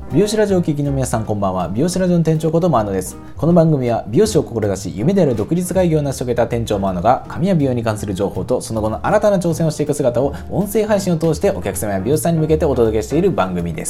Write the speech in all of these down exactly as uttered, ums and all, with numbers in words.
美容師ラジオをお聞きの皆さんこんばんは。美容師ラジオの店長ことマーノです。この番組は美容師を志し夢である独立開業を成し遂げた店長マーノが髪や美容に関する情報とその後の新たな挑戦をしていく姿を音声配信を通してお客様や美容師さんに向けてお届けしている番組です。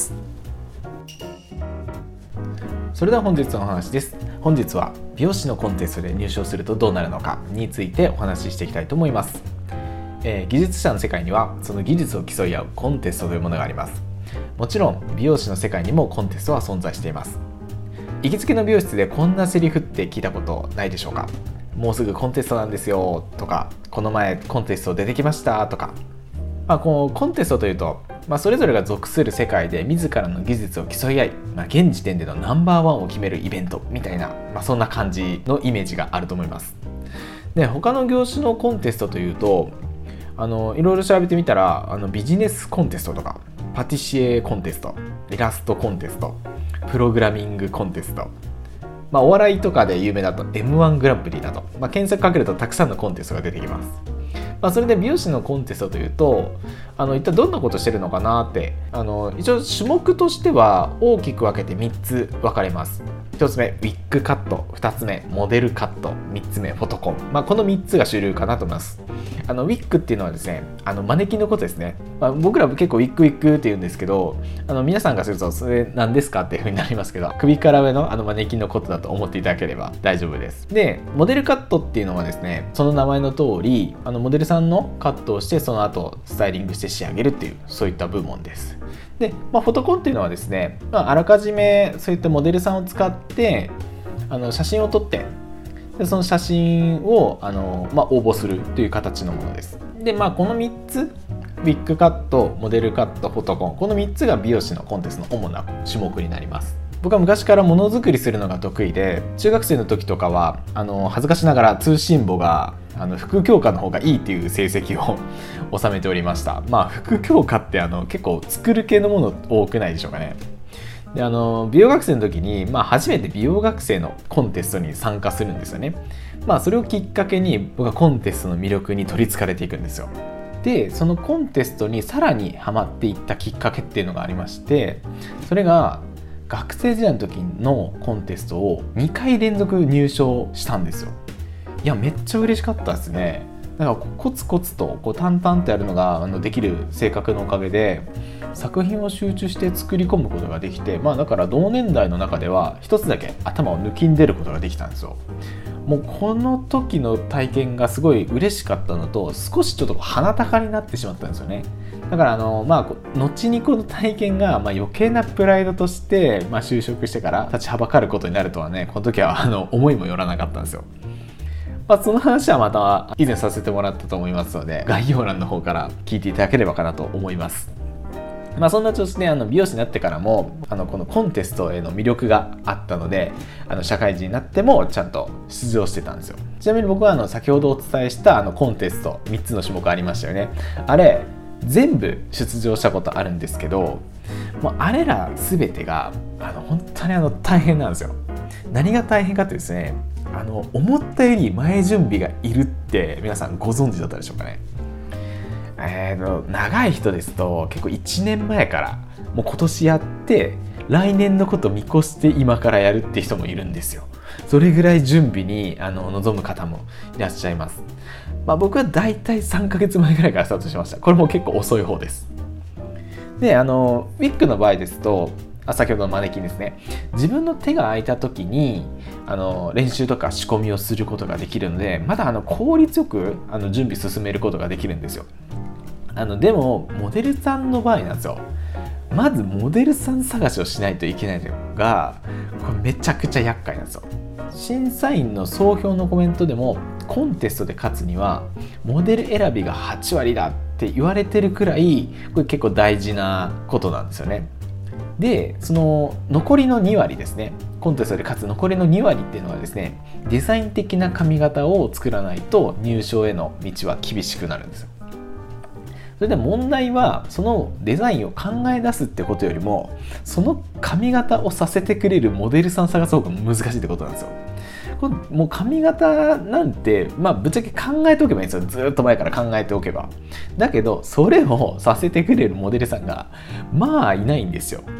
それでは本日のお話です。本日は美容師のコンテストで入賞するとどうなるのかについてお話ししていきたいと思います。えー、技術者の世界にはその技術を競い合うコンテストというものがあります。もちろん美容師の世界にもコンテストは存在しています。行きつけの美容室でこんなセリフって聞いたことないでしょうか。もうすぐコンテストなんですよとか、この前コンテスト出てきましたとか、まあ、こうコンテストというと、まあ、それぞれが属する世界で自らの技術を競い合い、まあ、現時点でのナンバーワンを決めるイベントみたいな、まあ、そんな感じのイメージがあると思います。で、他の業種のコンテストというと、あのいろいろ調べてみたら、あのビジネスコンテストとかパティシエコンテスト、イラストコンテスト、プログラミングコンテスト、まあ、お笑いとかで有名だと エムワン グランプリだと、まあ、検索かけるとたくさんのコンテストが出てきます。まあ、それで美容師のコンテストというと、あの一体どんなことしてるのかなって、あの一応種目としては大きく分けてみっつ分かれます。ひとつめウィッグカット、ふたつめモデルカット、みっつめフォトコン、まあ、このみっつが主流かなと思います。あのウィッグっていうのはですね、あのマネキンのことですね。まあ、僕ら結構ウィッグウィッグって言うんですけど、あの皆さんがするとそれ何ですかっていう風になりますけど、首から上のあのマネキンのことだと思っていただければ大丈夫です。で、モデルカットっていうのはですね、その名前の通り、あのモデルさんのカットをしてその後スタイリングして仕上げるっていう、そういった部門です。で、まあ、フォトコンっていうのはですね、まあ、あらかじめそういったモデルさんを使ってあの写真を撮ってでその写真をあの、まあ、応募するという形のものです。で、まあ、このみっつ、ウィッグカット、モデルカット、フォトコン、このみっつが美容師のコンテストの主な種目になります。僕は昔からものづくりするのが得意で、中学生の時とかはあの恥ずかしながら通信簿があの副教科の方がいいっていう成績を収めておりました。まあ副教科ってあの結構作る系のもの多くないでしょうかね。で、あの美容学生の時に、まあ、初めて美容学生のコンテストに参加するんですよね。まあそれをきっかけに僕はコンテストの魅力に取りつかれていくんですよ。で、そのコンテストにさらにハマっていったきっかけっていうのがありまして、それが学生時代の時のコンテストをにかい連続入賞したんですよ。いや、めっちゃ嬉しかったですね。だからコツコツとこう淡々とやるのがあのできる性格のおかげで作品を集中して作り込むことができて、まあだから同年代の中では一つだけ頭を抜きんでることができたんですよ。もうこの時の体験がすごい嬉しかったのと、少しちょっと鼻高になってしまったんですよね。だからあのまあ後にこの体験がまあ余計なプライドとしてまあ就職してから立ちはばかることになるとはね、この時はあの思いもよらなかったんですよ。まあ、その話はまた以前させてもらったと思いますので、概要欄の方から聞いていただければかなと思います。まあ、そんな調子で、ね、あの美容師になってからもあのこのコンテストへの魅力があったので、あの社会人になってもちゃんと出場してたんですよ。ちなみに僕はあの先ほどお伝えしたあのコンテストみっつの種目ありましたよね。あれ全部出場したことあるんですけど、もうあれら全てがあの本当にあの大変なんですよ。何が大変かってですね、あの思ったより前準備がいるって皆さんご存知だったでしょうかね。えー、長い人ですと結構いちねんまえからもう今年やって来年のこと見越して今からやるって人もいるんですよ。それぐらい準備にあの臨む方もいらっしゃいます。まあ、僕はだいたいさんかげつまえぐらいからスタートしました。これも結構遅い方です。で、あのウィッグの場合ですと、あ先ほどのマネキンですね、自分の手が空いた時にあの練習とか仕込みをすることができるので、まだあの効率よくあの準備進めることができるんですよ。あのでもモデルさんの場合なんですよ。まずモデルさん探しをしないといけないのがこれめちゃくちゃ厄介なんですよ。審査員の総評のコメントでもコンテストで勝つにはモデル選びがはちわりだって言われてるくらい、これ結構大事なことなんですよね。で、その残りのにわりですね、コンテストで勝つ残りのにわりっていうのはですね、デザイン的な髪型を作らないと入賞への道は厳しくなるんですよ。それで問題はそのデザインを考え出すってことよりも、その髪型をさせてくれるモデルさん探す方が難しいってことなんですよ。これもう髪型なんて、まあ、ぶっちゃけ考えておけばいいんですよ。ずっと前から考えておけば。だけどそれをさせてくれるモデルさんがまあいないんですよ。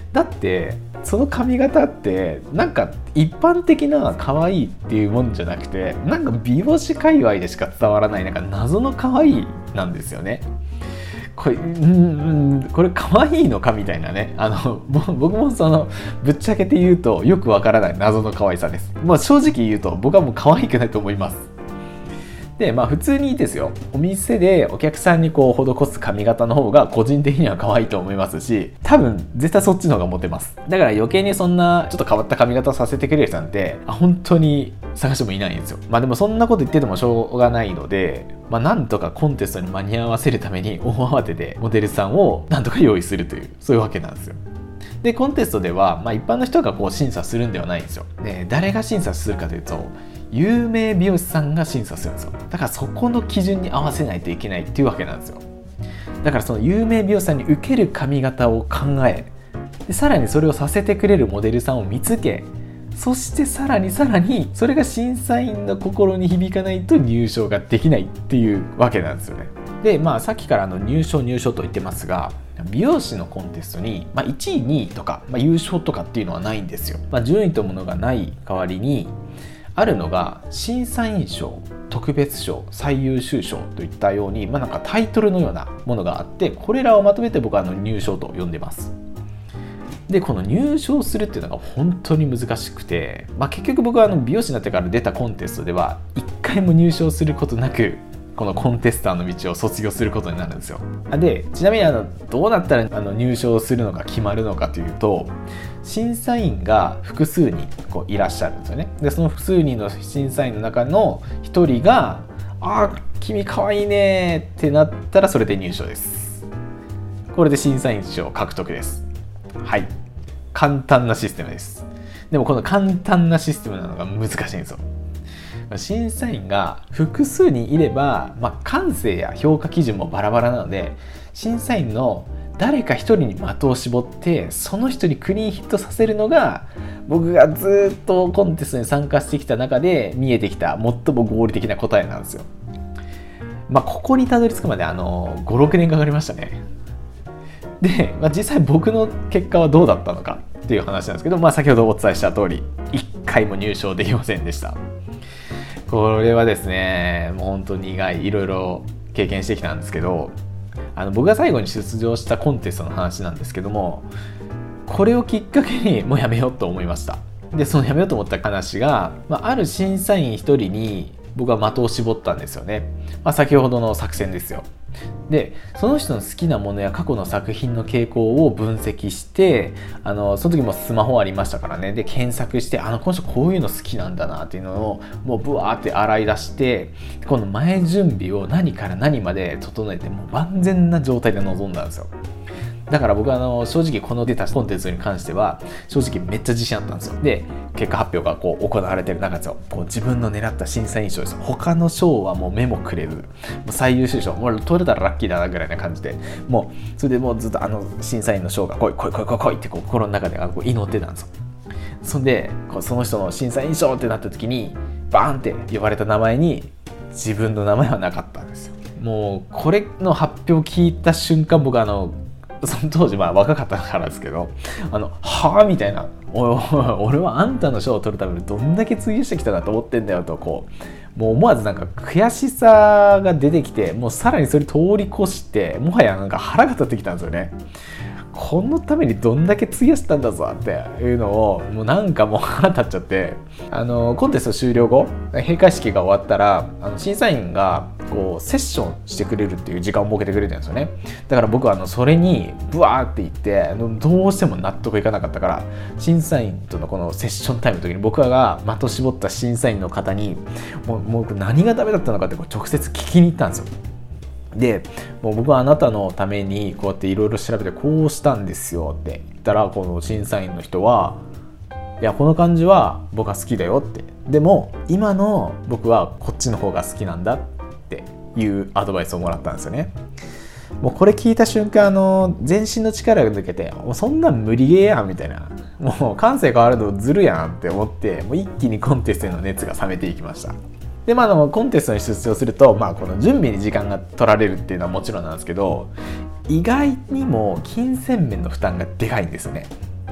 だってその髪型ってなんか一般的な可愛いっていうもんじゃなくて、なんか美容師界隈でしか伝わらないなんか謎の可愛いなんですよね。これ、うん、これ可愛いのかみたいなね、あの僕もそのぶっちゃけて言うとよくわからない謎の可愛さです。まあ正直言うと僕はもう可愛くないと思います。でまあ普通にですよ、お店でお客さんにこう施す髪型の方が個人的には可愛いと思いますし、多分絶対そっちの方がモテます。だから余計にそんなちょっと変わった髪型をさせてくれる人なんて本当に探してもいないんですよ。まあでもそんなこと言っててもしょうがないので、まあなんとかコンテストに間に合わせるために大慌てでモデルさんをなんとか用意するという、そういうわけなんですよ。でコンテストでは、まあ、一般の人がこう審査するんではないんですよ。で誰が審査するかというと有名美容師さんが審査するんですよ。だからそこの基準に合わせないといけないっていうわけなんですよ。だからその有名美容師さんに受ける髪型を考え、でさらにそれをさせてくれるモデルさんを見つけ、そしてさらにさらにそれが審査員の心に響かないと入賞ができないっていうわけなんですよね。でまあさっきからあの入賞入賞と言ってますが、美容師のコンテストに、まあ、いちいにいとか、まあ、優勝とかっていうのはないんですよ。まあ、順位というものがない代わりにあるのが審査員賞、特別賞、最優秀賞といったように、まあ、なんかタイトルのようなものがあって、これらをまとめて僕はあの入賞と呼んでます。でこの入賞するっていうのが本当に難しくて、まあ、結局僕はあの美容師になってから出たコンテストではいっかいも入賞することなくこのコンテスターの道を卒業することになるんですよ。でちなみにあのどうなったらあの入賞するのが決まるのかというと、審査員が複数人こういらっしゃるんですよね。でその複数人の審査員の中のひとりが「あー君かわいいね」ってなったらそれで入賞です。これで審査員賞獲得です。はい、簡単なシステムです。でもこの簡単なシステムなのが難しいんですよ。審査員が複数人いれば、まあ、感性や評価基準もバラバラなので、審査員の誰か一人に的を絞ってその人にクリーンヒットさせるのが僕がずっとコンテストに参加してきた中で見えてきた最も合理的な答えなんですよ。まあここにたどり着くまであのごろくねんかかりましたね。で、まあ、実際僕の結果はどうだったのかっていう話なんですけど、まあ、先ほどお伝えした通りいっかいも入賞できませんでした。これはですね、もう本当に苦い、いろいろ経験してきたんですけど、あの僕が最後に出場したコンテストの話なんですけども、これをきっかけにもうやめようと思いました。でそのやめようと思った話が、まあ、ある審査員一人に僕は的を絞ったんですよね。まあ、先ほどの作戦ですよ。でその人の好きなものや過去の作品の傾向を分析して、あのその時もスマホありましたからね、で検索して、あのこの人こういうの好きなんだなっていうのをもうブワーって洗い出して、この前準備を何から何まで整えて、もう万全な状態で臨んだんですよ。だから僕はあの正直この出たコンテンツに関しては正直めっちゃ自信あったんですよ。で結果発表がこう行われてる中ですよ、こう自分の狙った審査員賞です。他の賞はもう目もくれず、もう最優秀賞もう取れたらラッキーだなぐらいな感じで、もうそれでもうずっとあの審査員の賞が来い来い来い来い来いってこう心の中でこう祈ってたんですよ。そんでこうその人の審査員賞ってなった時にバーンって呼ばれた名前に自分の名前はなかったんですよ。もうこれの発表を聞いた瞬間、僕あのその当時まあ若かったからですけど、あのはぁみたいな、おいおい俺はあんたの賞を取るためにどんだけ費やしてきたなと思ってんだよと、こうもう思わずなんか悔しさが出てきて、もうさらにそれ通り越してもはやなんか腹が立ってきたんですよね。このためにどんだけ費やしたんだぞっていうのをもうなんかもう腹立っちゃって、あのコンテスト終了後閉会式が終わったらあの審査員がこうセッションしてくれるっていう時間を設けてくれてるんですよね。だから僕はあのそれにブワーって言ってどうしても納得いかなかったから、審査員とのこのセッションタイムの時に僕が的絞った審査員の方にもう、もう何がダメだったのかってこう直接聞きに行ったんですよ。でもう僕はあなたのためにこうやっていろいろ調べてこうしたんですよって言ったら、この審査員の人はいやこの感じは僕は好きだよって、でも今の僕はこっちの方が好きなんだっていうアドバイスをもらったんですよね。もうこれ聞いた瞬間あの全身の力が抜けて、もうそんなん無理ゲーやんみたいな、もう感性変わるのずるやんって思って、もう一気にコンテストへの熱が冷めていきました。でまあ、あのコンテストに出場すると、まあ、この準備に時間が取られるっていうのはもちろんなんですけど、意外にも金銭面の負担がでかいんですよね。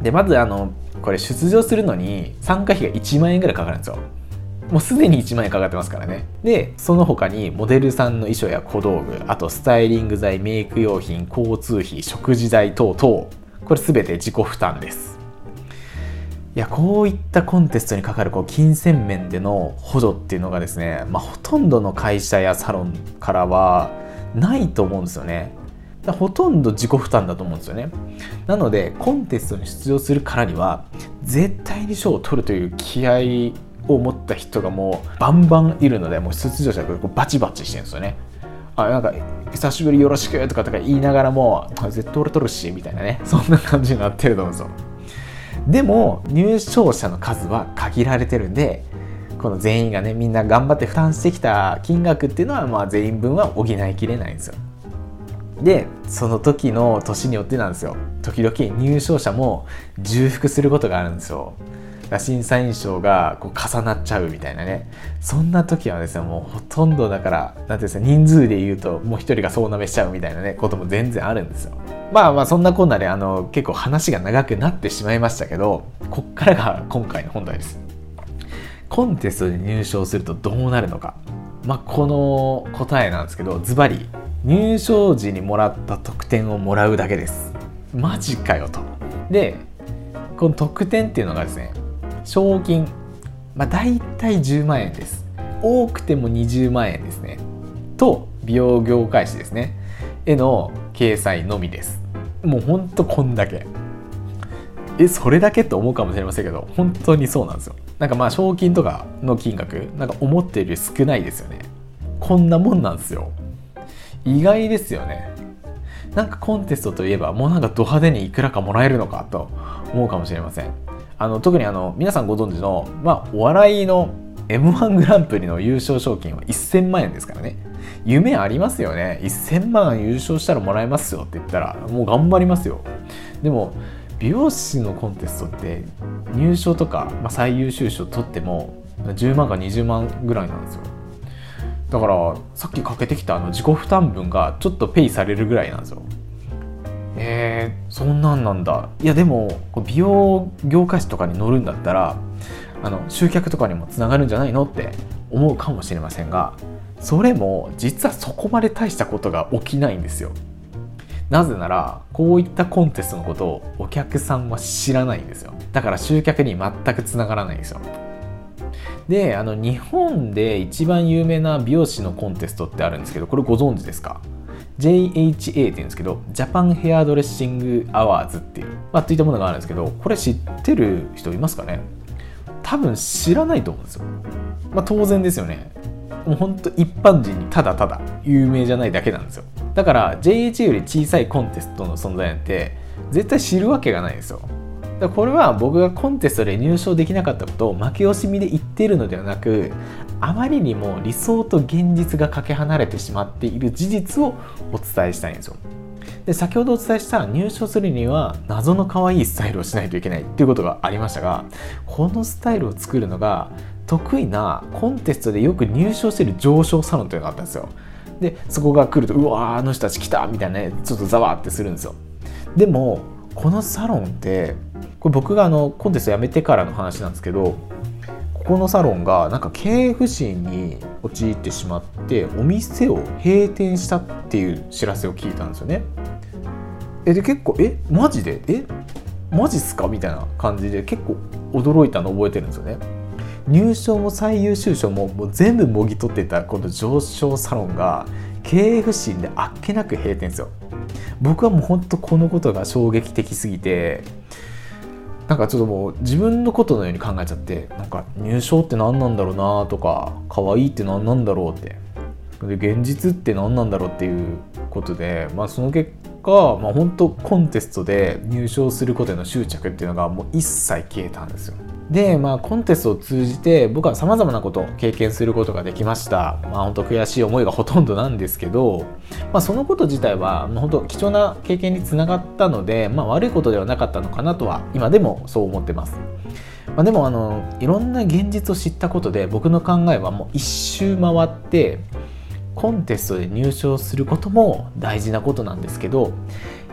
でまずあのこれ出場するのに参加費がいちまんえんぐらいかかるんですよ。もうすでにいちまんえんかかってますからね。でその他にモデルさんの衣装や小道具、あとスタイリング剤、メイク用品、交通費、食事代等々、これ全て自己負担です。いや、こういったコンテストにかかるこう金銭面での補助っていうのがですね、まあ、ほとんどの会社やサロンからはないと思うんですよね。だほとんど自己負担だと思うんですよね。なのでコンテストに出場するからには絶対に賞を取るという気合を持った人がもうバンバンいるので、もう出場者がこうバチバチしてるんですよね。あ、なんか久しぶりよろしくとかとか言いながらも絶対俺取るしみたいなね、そんな感じになってると思うんですよ。でも入賞者の数は限られてるんで、この全員がねみんな頑張って負担してきた金額っていうのはまあ全員分は補いきれないんですよ。でその時の年によってなんですよ、時々入賞者も重複することがあるんですよ。審査員賞がこう重なっちゃうみたいなね、そんな時はですね、もうほとんどだからなんていうんですか、人数で言うともう一人が総なめしちゃうみたいなねことも全然あるんですよ。まあまあそんなこんなであの結構話が長くなってしまいましたけど、こっからが今回の本題です。コンテストで入賞するとどうなるのか、まあこの答えなんですけど、ズバリ入賞時にもらった得点をもらうだけです。マジかよと。でこの得点っていうのがですね、賞金、まあ、大体じゅうまんえんです。多くてもにじゅうまんえんですね。と美容業界誌ですねへの掲載のみです。もうほんとこんだけ。えそれだけと思うかもしれませんけど、本当にそうなんですよ。なんかまあ賞金とかの金額なんか思っているより少ないですよね。こんなもんなんですよ。意外ですよね。なんかコンテストといえばもうなんかド派手にいくらかもらえるのかと思うかもしれません。あの特にあの皆さんご存知の、まあ、お笑いの エムワン グランプリの優勝賞金はせんまんえんですからね。夢ありますよね。せんまん優勝したらもらえますよって言ったらもう頑張りますよ。でも美容師のコンテストって入賞とか、まあ、最優秀賞取ってもじゅうまんかにじゅうまんぐらいなんですよ。だからさっきかけてきたあの自己負担分がちょっとペイされるぐらいなんですよ。えー、そんなんなんだ。いやでも美容業界誌とかに載るんだったらあの集客とかにもつながるんじゃないのって思うかもしれませんが、それも実はそこまで大したことが起きないんですよ。なぜならこういったコンテストのことをお客さんは知らないんですよ。だから集客に全くつながらないんですよ。であの日本で一番有名な美容師のコンテストってあるんですけど、これご存知ですか？ ジェイエイチエー っていうんですけど、ジャパンヘアドレッシングアワーズっていう、まあ、といったものがあるんですけど、これ知ってる人いますかね？多分知らないと思うんですよ。まあ当然ですよね。もう本当一般人にただただ有名じゃないだけなんですよ。だから ジェイエイチエー より小さいコンテストの存在なんて絶対知るわけがないんですよ。だからこれは僕がコンテストで入賞できなかったことを負け惜しみで言っているのではなく、あまりにも理想と現実がかけ離れてしまっている事実をお伝えしたいんですよ。で先ほどお伝えした入賞するには謎の可愛いスタイルをしないといけないっていうことがありましたが、このスタイルを作るのが得意なコンテストでよく入賞している上昇サロンというのがあったんですよ。でそこが来るとうわーあの人たち来たみたいなね、ちょっとざわーってするんですよ。でもこのサロンってこれ僕があのコンテストやめてからの話なんですけど、ここのサロンがなんか経営不振に陥ってしまってお店を閉店したっていう知らせを聞いたんですよね。えで結構えマジでえマジっすかみたいな感じで結構驚いたのを覚えてるんですよね。入賞も最優秀賞ももう全部もぎ取っていたこの上昇サロンが経営不振であっけなく閉店ですよ。僕はもう本当このことが衝撃的すぎて、なんかちょっともう自分のことのように考えちゃって、なんか入賞って何なんだろうなとか、可愛いって何なんだろうって、で現実って何なんだろうっていうことで、まあその結果、まあ本当コンテストで入賞することへの執着っていうのがもう一切消えたんですよ。でまあコンテストを通じて僕はさまざまなことを経験することができました。まあ本当悔しい思いがほとんどなんですけど、まあ、そのこと自体は本当貴重な経験につながったので、まあ、悪いことではなかったのかなとは今でもそう思ってます。まあ、でもあのいろんな現実を知ったことで僕の考えはもう一周回って、コンテストで入賞することも大事なことなんですけど、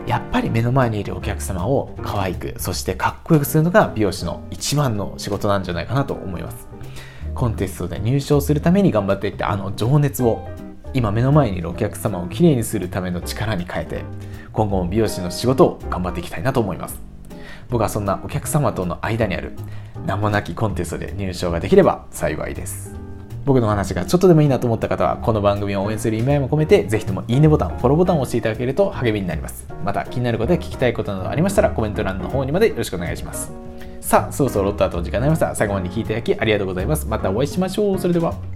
やっぱり目の前にいるお客様を可愛く、そしてかっこよくするのが美容師の一番の仕事なんじゃないかなと思います。コンテストで入賞するために頑張っていったあの情熱を今目の前にいるお客様をきれいにするための力に変えて、今後も美容師の仕事を頑張っていきたいなと思います。僕はそんなお客様との間にある名もなきコンテストで入賞ができれば幸いです。僕の話がちょっとでもいいなと思った方は、この番組を応援する意味合いも込めて、ぜひともいいねボタン、フォローボタンを押していただけると励みになります。また気になることや聞きたいことなどありましたら、コメント欄の方にまでよろしくお願いします。さあ、そろそろロットアウトの時間になりました。最後まで聞いていただきありがとうございます。またお会いしましょう。それでは。